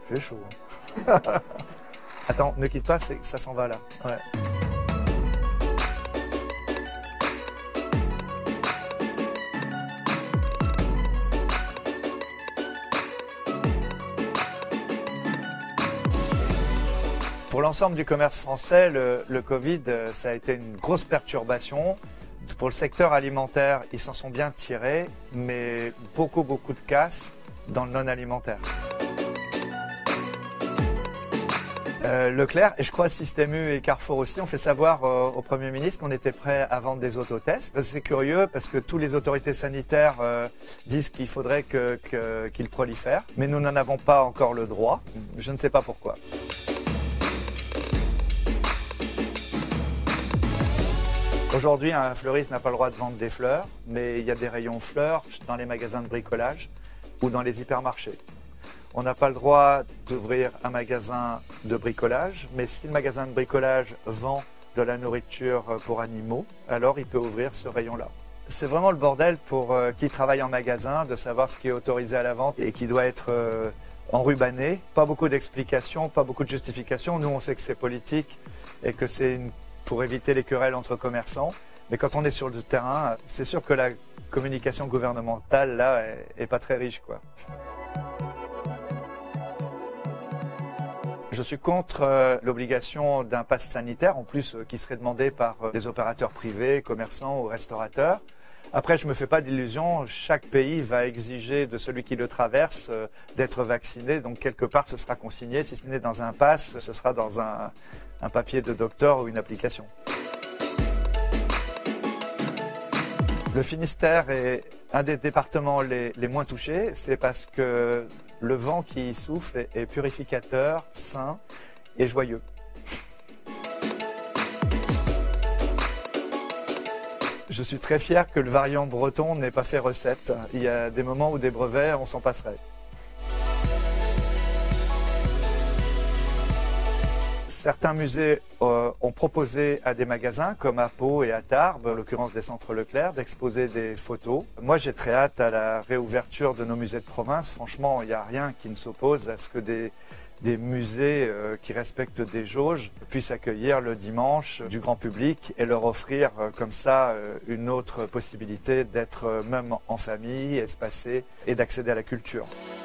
J'ai chaud. Attends, ne quitte pas, ça s'en va là. Ouais. Pour l'ensemble du commerce français, le Covid, ça a été une grosse perturbation. Pour le secteur alimentaire, ils s'en sont bien tirés, mais beaucoup de casse dans le non-alimentaire. Leclerc, et je crois Système U et Carrefour aussi, ont fait savoir au Premier ministre qu'on était prêt à vendre des autotests. C'est curieux parce que toutes les autorités sanitaires disent qu'il faudrait qu'ils prolifèrent, mais nous n'en avons pas encore le droit. Je ne sais pas pourquoi. Aujourd'hui, un fleuriste n'a pas le droit de vendre des fleurs, mais il y a des rayons fleurs dans les magasins de bricolage ou dans les hypermarchés. On n'a pas le droit d'ouvrir un magasin de bricolage, mais si le magasin de bricolage vend de la nourriture pour animaux, alors il peut ouvrir ce rayon-là. C'est vraiment le bordel pour qui travaille en magasin de savoir ce qui est autorisé à la vente et qui doit être enrubanné. Pas beaucoup d'explications, pas beaucoup de justifications. Nous, on sait que c'est politique et que c'est pour éviter les querelles entre commerçants. Mais quand on est sur le terrain, c'est sûr que la communication gouvernementale, là, est pas très riche, quoi. Je suis contre l'obligation d'un pass sanitaire, en plus qui serait demandé par des opérateurs privés, commerçants ou restaurateurs. Après, je ne me fais pas d'illusions, chaque pays va exiger de celui qui le traverse d'être vacciné. Donc quelque part, ce sera consigné. Si ce n'est dans un pass, ce sera dans un papier de docteur ou une application. Le Finistère est un des départements les moins touchés. C'est parce que le vent qui y souffle est purificateur, sain et joyeux. Je suis très fier que le variant breton n'ait pas fait recette. Il y a des moments où des brevets, on s'en passerait. Certains musées ont proposé à des magasins, comme à Pau et à Tarbes, en l'occurrence des centres Leclerc, d'exposer des photos. Moi, j'ai très hâte à la réouverture de nos musées de province. Franchement, il n'y a rien qui ne s'oppose à ce que des musées qui respectent des jauges puissent accueillir le dimanche du grand public et leur offrir comme ça une autre possibilité d'être même en famille, espacé et d'accéder à la culture.